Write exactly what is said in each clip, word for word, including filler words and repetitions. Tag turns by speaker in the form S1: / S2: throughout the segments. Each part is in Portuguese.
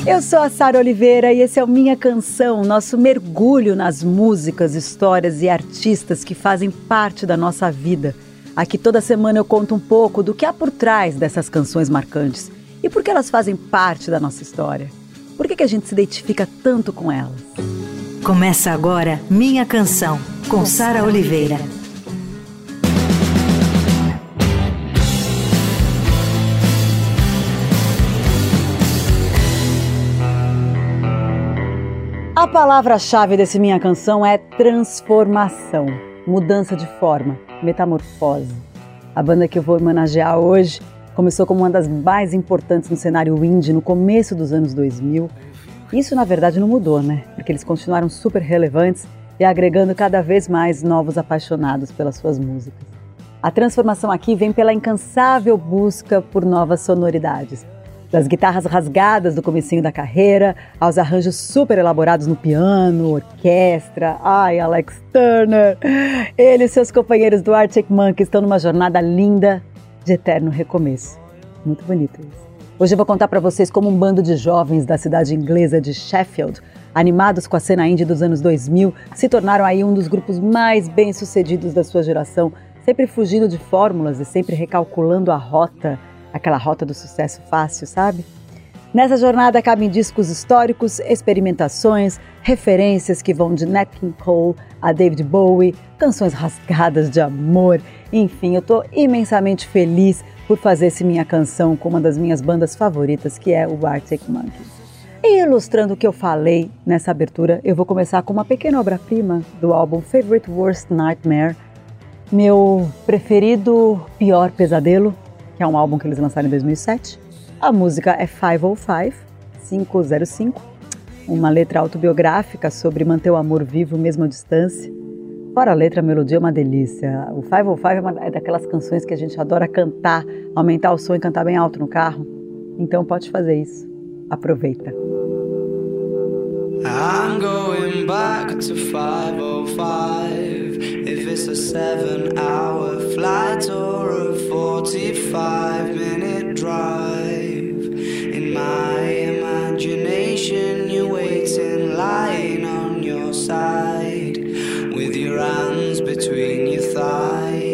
S1: Eu sou a Sara Oliveira e esse é o Minha Canção, nosso mergulho nas músicas, histórias e artistas que fazem parte da nossa vida. Aqui toda semana eu conto um pouco do que há por trás dessas canções marcantes e por que elas fazem parte da nossa história. Por que que a gente se identifica tanto com elas?
S2: Começa agora Minha Canção, com Sara Oliveira.
S1: A palavra-chave desse Minha Canção é transformação, mudança de forma, metamorfose. A banda que eu vou homenagear hoje começou como uma das mais importantes no cenário indie no começo dos anos dois mil. Isso, na verdade, não mudou, né? Porque eles continuaram super relevantes e agregando cada vez mais novos apaixonados pelas suas músicas. A transformação aqui vem pela incansável busca por novas sonoridades. Das guitarras rasgadas do comecinho da carreira, aos arranjos super elaborados no piano, orquestra, ai, Alex Turner. Ele e seus companheiros do Arctic Monkeys estão numa jornada linda de eterno recomeço. Muito bonito isso. Hoje eu vou contar para vocês como um bando de jovens da cidade inglesa de Sheffield, animados com a cena indie dos anos dois mil, se tornaram aí um dos grupos mais bem-sucedidos da sua geração, sempre fugindo de fórmulas e sempre recalculando a rota, aquela rota do sucesso fácil, sabe? Nessa jornada cabem discos históricos, experimentações, referências que vão de Nat King Cole a David Bowie, canções rasgadas de amor, enfim, eu tô imensamente feliz por fazer esse Minha Canção com uma das minhas bandas favoritas, que é o Arctic Monkeys. E ilustrando o que eu falei nessa abertura, eu vou começar com uma pequena obra-prima do álbum Favorite Worst Nightmare, meu preferido Pior Pesadelo, que é um álbum que eles lançaram em dois mil e sete. A música é quinhentos e cinco, uma letra autobiográfica sobre manter o amor vivo mesmo à distância. Fora a letra, a melodia é uma delícia. O quinhentos e cinco é, uma, é daquelas canções que a gente adora cantar, aumentar o som e cantar bem alto no carro. Então pode fazer isso. Aproveita. I'm going back to five oh five. If it's a seven hour flight or a forty-five minute drive. In my imagination you're waiting, lying on your side, with your hands between your thighs.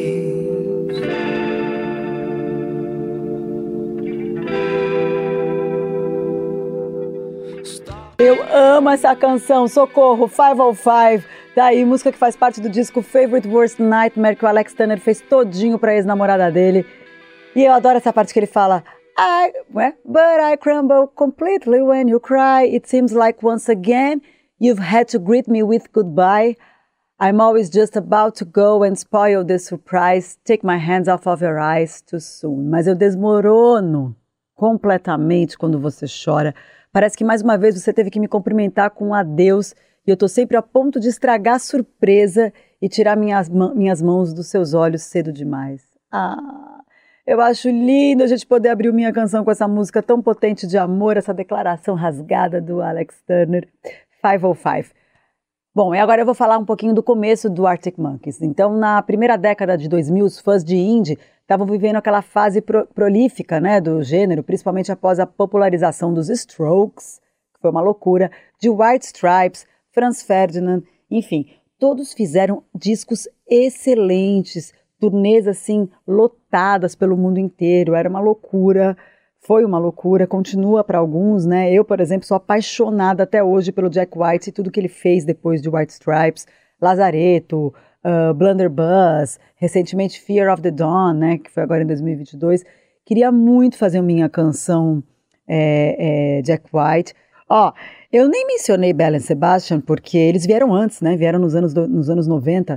S1: Eu amo essa canção, socorro, quinhentos e cinco, daí música que faz parte do disco Favorite Worst Nightmare, que o Alex Turner fez todinho pra ex-namorada dele. E eu adoro essa parte que ele fala I, but I crumble completely when you cry. It seems like once again you've had to greet me with goodbye. I'm always just about to go and spoil the surprise. Take my hands off of your eyes too soon. Mas eu desmorono completamente quando você chora. Parece que mais uma vez você teve que me cumprimentar com um adeus e eu tô sempre a ponto de estragar a surpresa e tirar minhas, minhas mãos dos seus olhos cedo demais. Ah, eu acho lindo a gente poder abrir o Minha Canção com essa música tão potente de amor, essa declaração rasgada do Alex Turner, quinhentos e cinco. Bom, e agora eu vou falar um pouquinho do começo do Arctic Monkeys. Então, na primeira década de dois mil, os fãs de indie estavam vivendo aquela fase pro, prolífica, né, do gênero, principalmente após a popularização dos Strokes, que foi uma loucura, de White Stripes, Franz Ferdinand, enfim, todos fizeram discos excelentes, turnês assim, lotadas pelo mundo inteiro, era uma loucura. Foi uma loucura, continua para alguns, né? Eu, por exemplo, sou apaixonada até hoje pelo Jack White e tudo que ele fez depois de White Stripes, Lazareto, uh, Blunderbuss, recentemente Fear of the Dawn, né? Que foi agora em dois mil e vinte e dois. Queria muito fazer Minha Canção é, é, Jack White. Ó, eu nem mencionei Belle and Sebastian porque eles vieram antes, né? Vieram nos anos, do, nos anos noventa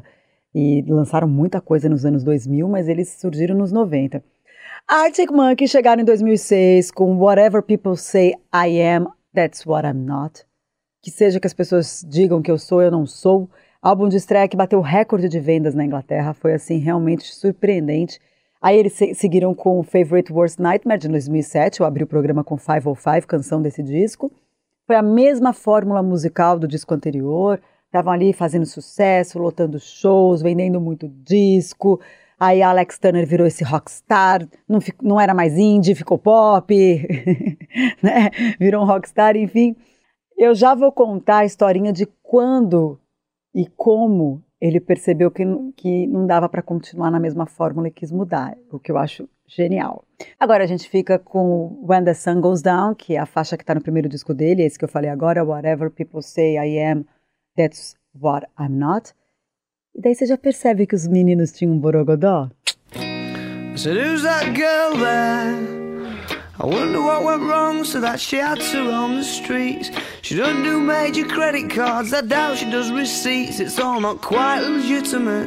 S1: e lançaram muita coisa nos anos dois mil, mas eles surgiram nos noventa. Arctic Monkeys chegaram em dois mil e seis com Whatever People Say I Am, That's What I'm Not. Que seja que as pessoas digam que eu sou, eu não sou. Álbum de estreia que bateu recorde de vendas na Inglaterra, foi assim realmente surpreendente. Aí eles se seguiram com o Favorite Worst Nightmare de dois mil e sete, eu abri o programa com quinhentos e cinco, canção desse disco. Foi a mesma fórmula musical do disco anterior, estavam ali fazendo sucesso, lotando shows, vendendo muito disco. Aí a Alex Turner virou esse rockstar, não, fico, não era mais indie, ficou pop, né? Virou um rockstar, enfim. Eu já vou contar a historinha de quando e como ele percebeu que, que não dava para continuar na mesma fórmula e quis mudar, o que eu acho genial. Agora a gente fica com When the Sun Goes Down, que é a faixa que está no primeiro disco dele, esse que eu falei agora, Whatever People Say I Am, That's What I'm Not. E daí você já percebe que os meninos tinham um borogodó?
S3: I said, who's that girl there? I wonder what went wrong so that she had to roam the streets. She doesn't do major credit cards, I doubt she does receipts. It's all not quite legitimate.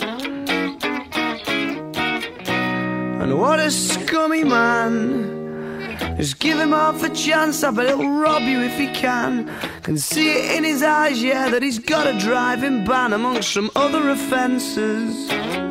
S3: And what a scummy man. Just give him half a chance, I bet he'll rob you if he can. Can see it in his eyes, yeah, that he's got a driving ban amongst some other offences.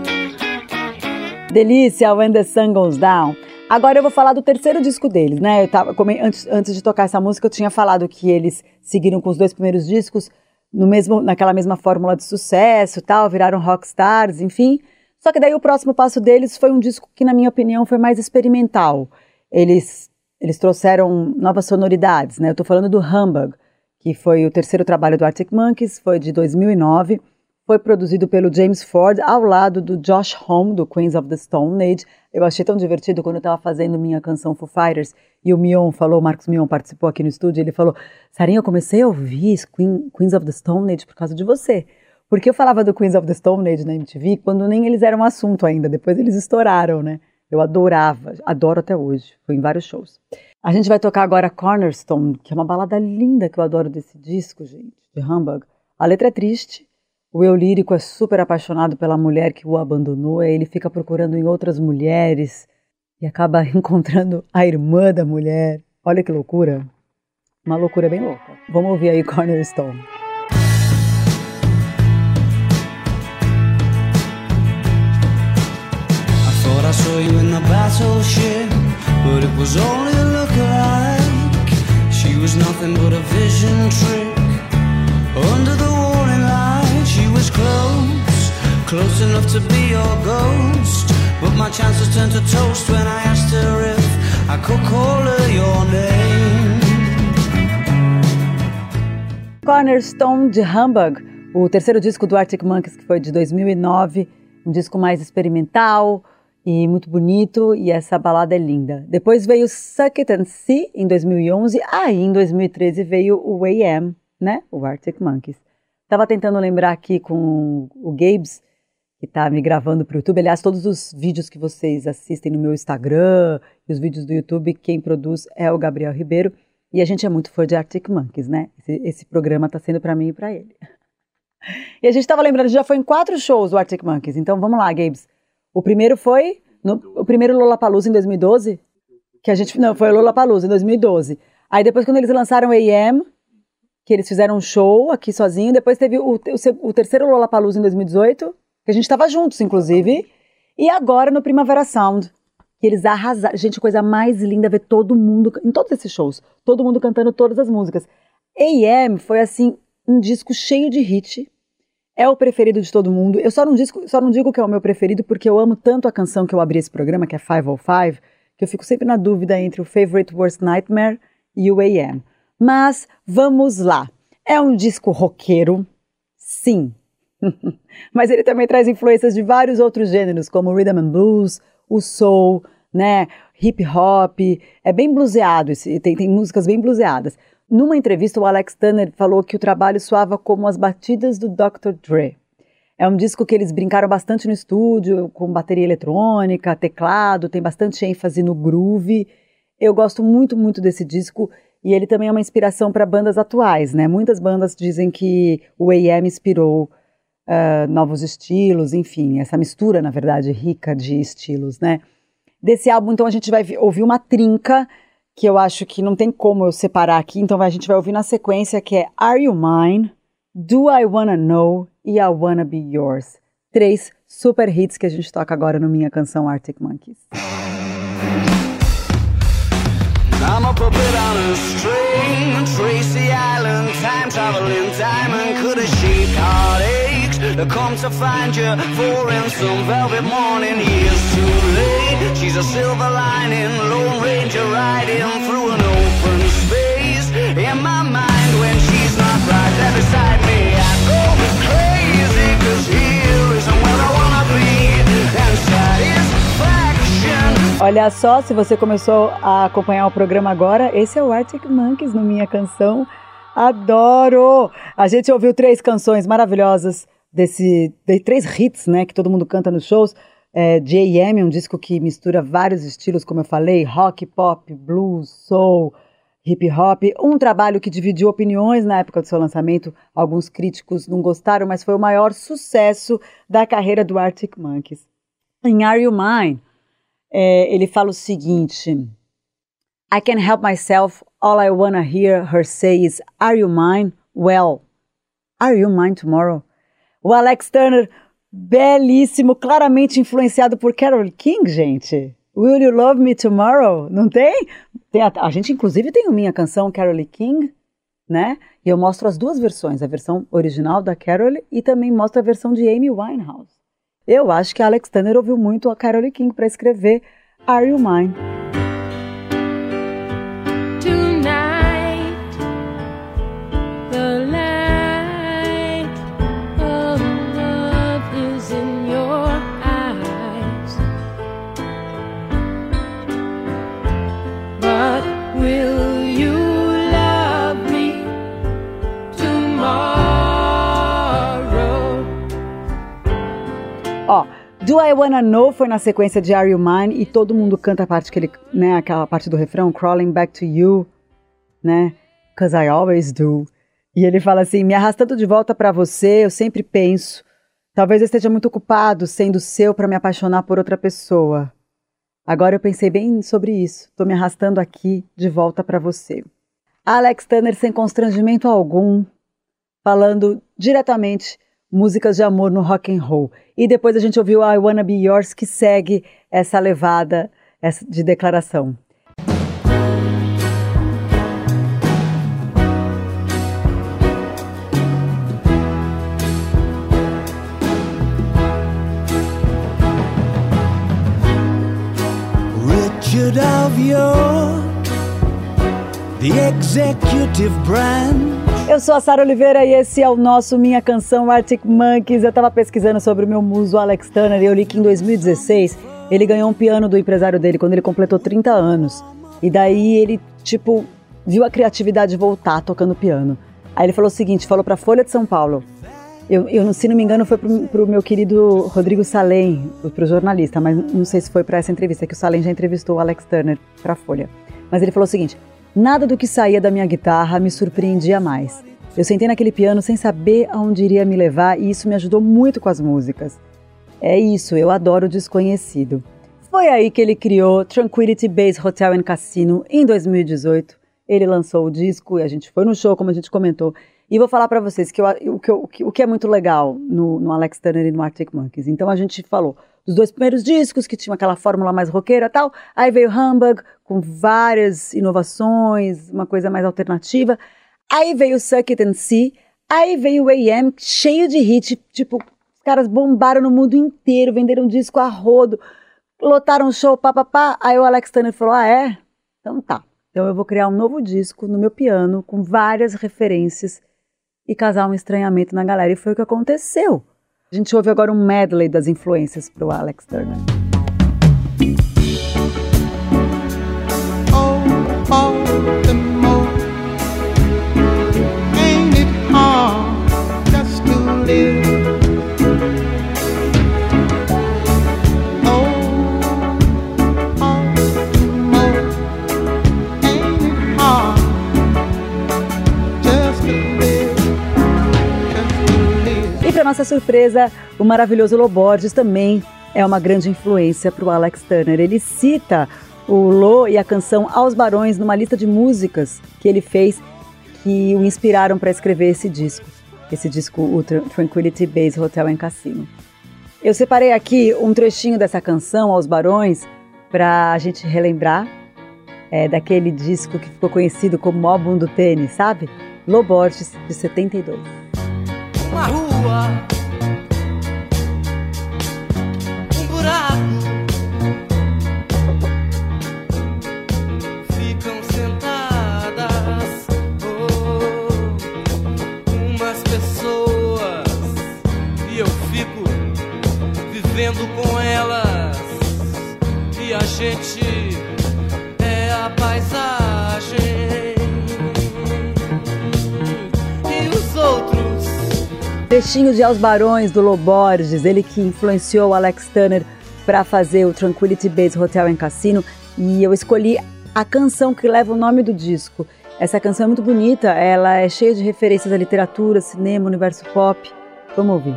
S1: Delícia, When the Sun Goes Down. Agora eu vou falar do terceiro disco deles, né? Eu tava, como, antes, antes de tocar essa música, eu tinha falado que eles seguiram com os dois primeiros discos no mesmo, naquela mesma fórmula de sucesso, tal, viraram rockstars, enfim. Só que daí o próximo passo deles foi um disco que, na minha opinião, foi mais experimental. Eles, eles trouxeram novas sonoridades, né? Eu tô falando do Humbug, que foi o terceiro trabalho do Arctic Monkeys, foi de dois mil e nove, foi produzido pelo James Ford, ao lado do Josh Homme, do Queens of the Stone Age. Eu achei tão divertido quando eu estava fazendo minha canção Foo Fighters, e o Mion falou, o Marcos Mion participou aqui no estúdio, ele falou, Sarinha, eu comecei a ouvir Queen, Queens of the Stone Age por causa de você. Porque eu falava do Queens of the Stone Age na M T V quando nem eles eram assunto ainda, depois eles estouraram, né? Eu adorava, adoro até hoje, fui em vários shows. A gente vai tocar agora Cornerstone, que é uma balada linda que eu adoro desse disco, gente, de Humbug. A letra é triste, o eu lírico é super apaixonado pela mulher que o abandonou, aí ele fica procurando em outras mulheres e acaba encontrando a irmã da mulher. Olha que loucura, uma loucura bem louca. Vamos ouvir aí Cornerstone.
S3: I saw you in the battleship, but it was only a look-alike. She was nothing but a vision trick. Under the warning light, she was close, close enough to be your ghost. But my chances turned to toast when I asked her if I could call her your name.
S1: Cornerstone de Humbug, o terceiro disco do Arctic Monkeys, que foi de dois mil e nove, um disco mais experimental e muito bonito, e essa balada é linda. Depois veio Suck It and See, em dois mil e onze, aí em dois mil e treze veio o A M, né, o Arctic Monkeys. Tava tentando lembrar aqui com o Gabes, que tá me gravando pro YouTube, aliás, todos os vídeos que vocês assistem no meu Instagram e os vídeos do YouTube, quem produz é o Gabriel Ribeiro, e a gente é muito fã de Arctic Monkeys, né, esse, esse programa tá sendo pra mim e pra ele. E a gente tava lembrando, já foi em quatro shows do Arctic Monkeys, então vamos lá, Gabes. O primeiro foi, no, o primeiro Lollapalooza em dois mil e doze, que a gente, não, foi o Lollapalooza em dois mil e doze. Aí depois quando eles lançaram A M, que eles fizeram um show aqui sozinho, depois teve o, o, o terceiro Lollapalooza em dois mil e dezoito, que a gente tava juntos, inclusive, e agora no Primavera Sound, que eles arrasaram. Gente, coisa mais linda ver todo mundo, em todos esses shows, todo mundo cantando todas as músicas. A M foi assim, um disco cheio de hit. É o preferido de todo mundo. Eu só não, disco, só não digo que é o meu preferido porque eu amo tanto a canção que eu abri esse programa, que é five oh five, que eu fico sempre na dúvida entre o Favorite Worst Nightmare e o A M. Mas vamos lá. É um disco roqueiro, sim. Mas ele também traz influências de vários outros gêneros, como o Rhythm and Blues, o Soul, né, Hip Hop. É bem bluseado, tem, tem músicas bem bluseadas. Numa entrevista, o Alex Turner falou que o trabalho soava como as batidas do doutor Dre. É um disco que eles brincaram bastante no estúdio, com bateria eletrônica, teclado, tem bastante ênfase no groove. Eu gosto muito, muito desse disco e ele também é uma inspiração para bandas atuais, né? Muitas bandas dizem que o A M inspirou uh, novos estilos, enfim, essa mistura, na verdade, rica de estilos, né? Desse álbum, então, a gente vai ouvir uma trinca que eu acho que não tem como eu separar aqui, então a gente vai ouvir na sequência, que é Are You Mine, Do I Wanna Know e I Wanna Be Yours. Três super hits que a gente toca agora no Minha Canção Arctic Monkeys.
S3: I'm a puppet on a string, Tracy Island, time traveling diamond, could have shaped heartaches, come to find you for in some velvet morning. Years too late, she's a silver lining, Lone Ranger riding through an open space. In my mind when she's not right there beside me, I go crazy, cause here isn't where I wanna be. And satisfaction.
S1: Olha só, se você começou a acompanhar o programa agora, esse é o Arctic Monkeys no Minha Canção. Adoro! A gente ouviu três canções maravilhosas desse, de três hits, né, que todo mundo canta nos shows. É, J M, um disco que mistura vários estilos, como eu falei, rock, pop, blues, soul, hip hop. Um trabalho que dividiu opiniões na época do seu lançamento. Alguns críticos não gostaram, mas foi o maior sucesso da carreira do Arctic Monkeys. Em Are You Mine, é, ele fala o seguinte: I can't help myself. All I wanna hear her say is, are you mine? Well, are you mine tomorrow? O Alex Turner, belíssimo, claramente influenciado por Carole King, gente. Will You Love Me Tomorrow? Não tem? tem a, a gente, inclusive, tem a minha canção Carole King, né? E eu mostro as duas versões, a versão original da Carole e também mostro a versão de Amy Winehouse. Eu acho que Alex Turner ouviu muito a Carole King para escrever Are You Mine? Ó, Do I Wanna Know foi na sequência de Are You Mine e todo mundo canta a parte que ele, né, aquela parte do refrão, Crawling Back to You, né, Cause I Always Do. E ele fala assim, me arrastando de volta pra você, eu sempre penso, talvez eu esteja muito ocupado sendo seu pra me apaixonar por outra pessoa. Agora eu pensei bem sobre isso, tô me arrastando aqui de volta pra você. Alex Turner sem constrangimento algum, falando diretamente músicas de amor no rock and roll. E depois a gente ouviu I Wanna Be Yours, que segue essa levada essa de declaração.
S3: Richard of York, the executive branch.
S1: Eu sou a Sara Oliveira e esse é o nosso Minha Canção Arctic Monkeys. Eu estava pesquisando sobre o meu muso Alex Turner e eu li que em dois mil e dezesseis ele ganhou um piano do empresário dele quando ele completou trinta anos. E daí ele, tipo, viu a criatividade voltar tocando piano. Aí ele falou o seguinte, falou para a Folha de São Paulo. Eu, eu, se não me engano, foi para o meu querido Rodrigo Salem, para o jornalista, mas não sei se foi para essa entrevista, que o Salem já entrevistou o Alex Turner para a Folha. Mas ele falou o seguinte: nada do que saía da minha guitarra me surpreendia mais. Eu sentei naquele piano sem saber aonde iria me levar e isso me ajudou muito com as músicas. É isso, eu adoro o desconhecido. Foi aí que ele criou Tranquility Base Hotel and Casino em dois mil e dezoito. Ele lançou o disco e a gente foi no show, como a gente comentou. E vou falar para vocês que eu, o, que eu, o que é muito legal no, no Alex Turner e no Arctic Monkeys. Então a gente falou dos dois primeiros discos, que tinham aquela fórmula mais roqueira e tal. Aí veio Humbug, com várias inovações, uma coisa mais alternativa. Aí veio Suck It and See. Aí veio o A M, cheio de hit. Tipo, os caras bombaram no mundo inteiro, venderam disco a rodo, lotaram o show, pá, pá, pá. Aí o Alex Turner falou, ah, é? Então tá. Então eu vou criar um novo disco no meu piano, com várias referências, e causar um estranhamento na galera. E foi o que aconteceu. A gente ouve agora um medley das influências para o Alex Turner.
S4: Oh, oh, the more ain't it hard just to live? Oh, oh, the more ain't it hard just to live, just to live.
S1: E para nossa surpresa, o maravilhoso Lo Borges também é uma grande influência para o Alex Turner. Ele cita o Lo e a canção Aos Barões numa lista de músicas que ele fez que o inspiraram para escrever esse disco. Esse disco, o Tranquility Base Hotel and Casino. Eu separei aqui um trechinho dessa canção, Aos Barões, para a gente relembrar é, daquele disco que ficou conhecido como O Álbum do Tênis, sabe? Lo Borges, de setenta e dois.
S3: Uma rua gente é a paisagem e os outros.
S1: Trechinho de Aos Barões, do Lô Borges, ele que influenciou o Alex Turner para fazer o Tranquility Base Hotel and Casino, e eu escolhi a canção que leva o nome do disco. Essa canção é muito bonita, ela é cheia de referências à literatura, cinema, universo pop. Vamos ouvir.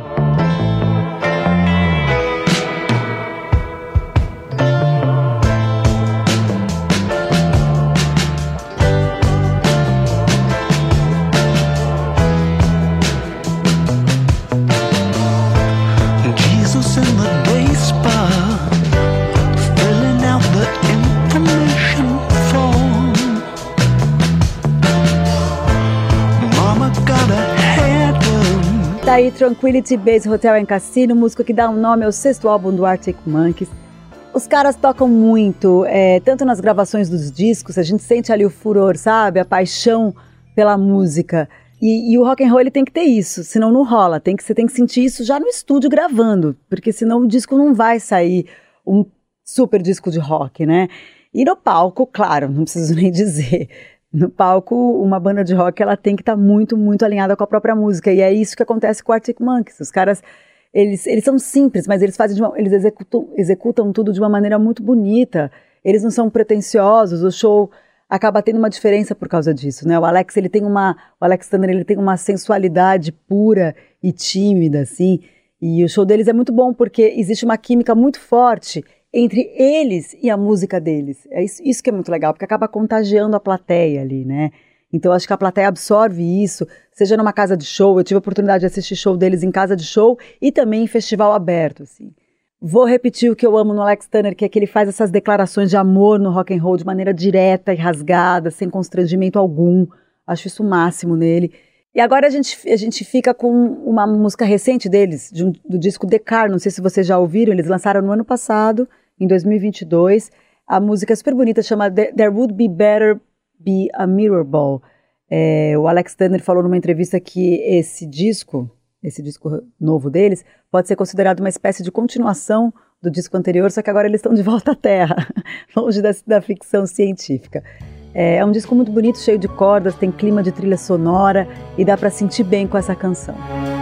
S1: Tá aí Tranquility Base Hotel and Casino, música que dá um nome ao sexto álbum do Arctic Monkeys. Os caras tocam muito, é, tanto nas gravações dos discos, a gente sente ali o furor, sabe? A paixão pela música. E, e o rock and roll ele tem que ter isso, senão não rola. Tem que, você tem que sentir isso já no estúdio gravando, porque senão o disco não vai sair um super disco de rock, né? E no palco, claro, não preciso nem dizer. No palco, uma banda de rock ela tem que estar tá muito, muito alinhada com a própria música. E é isso que acontece com o Arctic Monkeys. Os caras, eles, eles são simples, mas eles fazem de uma, eles executam, executam tudo de uma maneira muito bonita. Eles não são pretensiosos. O show acaba tendo uma diferença por causa disso, né? O Alex, ele tem uma, o Alex Turner, ele tem uma sensualidade pura e tímida, assim. E o show deles é muito bom porque existe uma química muito forte entre eles e a música deles. É isso, isso que é muito legal, porque acaba contagiando a plateia ali, né? Então acho que a plateia absorve isso, seja numa casa de show, eu tive a oportunidade de assistir show deles em casa de show e também em festival aberto, assim. Vou repetir o que eu amo no Alex Turner, que é que ele faz essas declarações de amor no rock and roll de maneira direta e rasgada, sem constrangimento algum. Acho isso o máximo nele. E agora a gente, a gente fica com uma música recente deles, de um, do disco The Car, não sei se vocês já ouviram, eles lançaram no ano passado, em dois mil e vinte e dois, a música é super bonita, chama There Would Be Better Be a Mirror Ball. É, o Alex Turner falou numa entrevista que esse disco, esse disco novo deles, pode ser considerado uma espécie de continuação do disco anterior, só que agora eles estão de volta à Terra, longe da, da ficção científica. É, é um disco muito bonito, cheio de cordas, tem clima de trilha sonora e dá pra sentir bem com essa canção.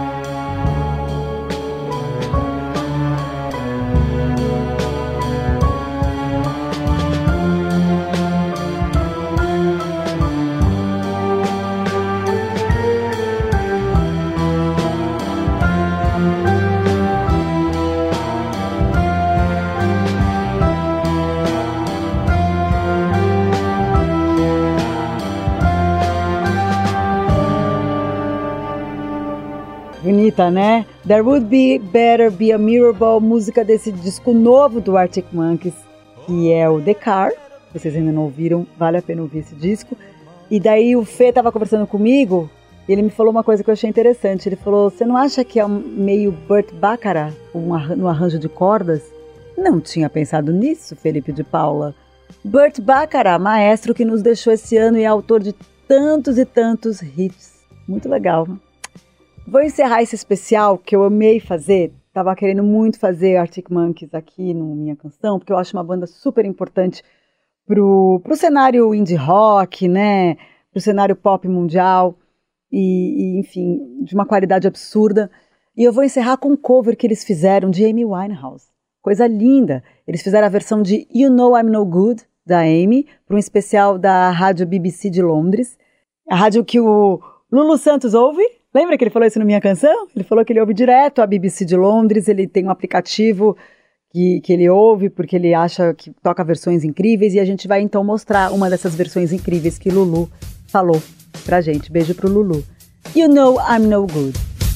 S1: Bonita, né? There Would Be Better Be a Mirror Ball, música desse disco novo do Arctic Monkeys, que é o The Car. Se vocês ainda não ouviram, vale a pena ouvir esse disco. E daí o Fê estava conversando comigo e ele me falou uma coisa que eu achei interessante. Ele falou, você não acha que é meio Burt Bacharach um arran- no arranjo de cordas? Não tinha pensado nisso, Felipe de Paula. Burt Bacharach, maestro que nos deixou esse ano e é autor de tantos e tantos hits. Muito legal. Vou encerrar esse especial que eu amei fazer. Tava querendo muito fazer Arctic Monkeys aqui no Minha Canção, porque eu acho uma banda super importante pro, pro cenário indie rock, né? Pro cenário pop mundial e, e, enfim, de uma qualidade absurda. E eu vou encerrar com um cover que eles fizeram de Amy Winehouse. Coisa linda. Eles fizeram a versão de You Know I'm No Good, da Amy, para um especial da rádio B B C de Londres. A rádio que o Lulu Santos ouve. Lembra que ele falou isso na Minha Canção? Ele falou que ele ouve direto a B B C de Londres, ele tem um aplicativo que, que ele ouve porque ele acha que toca versões incríveis e a gente vai então mostrar uma dessas versões incríveis que Lulu falou pra gente. Beijo pro Lulu. You Know I'm No Good.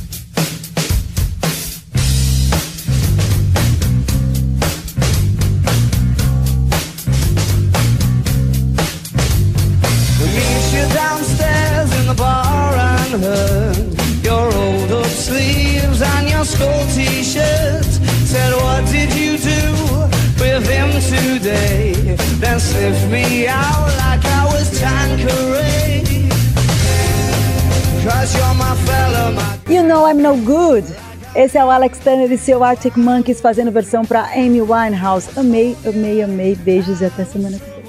S3: Your rolled up sleeves and your skull t-shirt. Said what did you do with him today? Then sniffed me out like I was Tanqueray. Cause you're my fella, my...
S1: You Know I'm No Good. Esse é o Alex Turner e seu Arctic Monkeys fazendo versão para Amy Winehouse. Amei, amei, amei. Beijos e até semana que vem.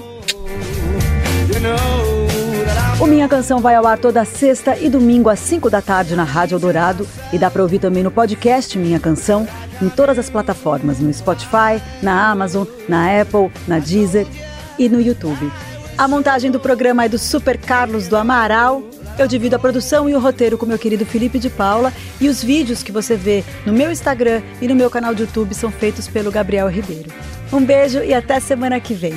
S1: O Minha Canção vai ao ar toda sexta e domingo às cinco da tarde na Rádio Eldorado e dá para ouvir também no podcast Minha Canção, em todas as plataformas, no Spotify, na Amazon, na Apple, na Deezer e no YouTube. A montagem do programa é do Super Carlos do Amaral. Eu divido a produção e o roteiro com meu querido Felipe de Paula e os vídeos que você vê no meu Instagram e no meu canal de YouTube são feitos pelo Gabriel Ribeiro. Um beijo e até semana que vem.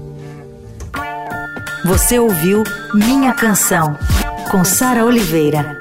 S2: Você ouviu Minha Canção, com Sara Oliveira.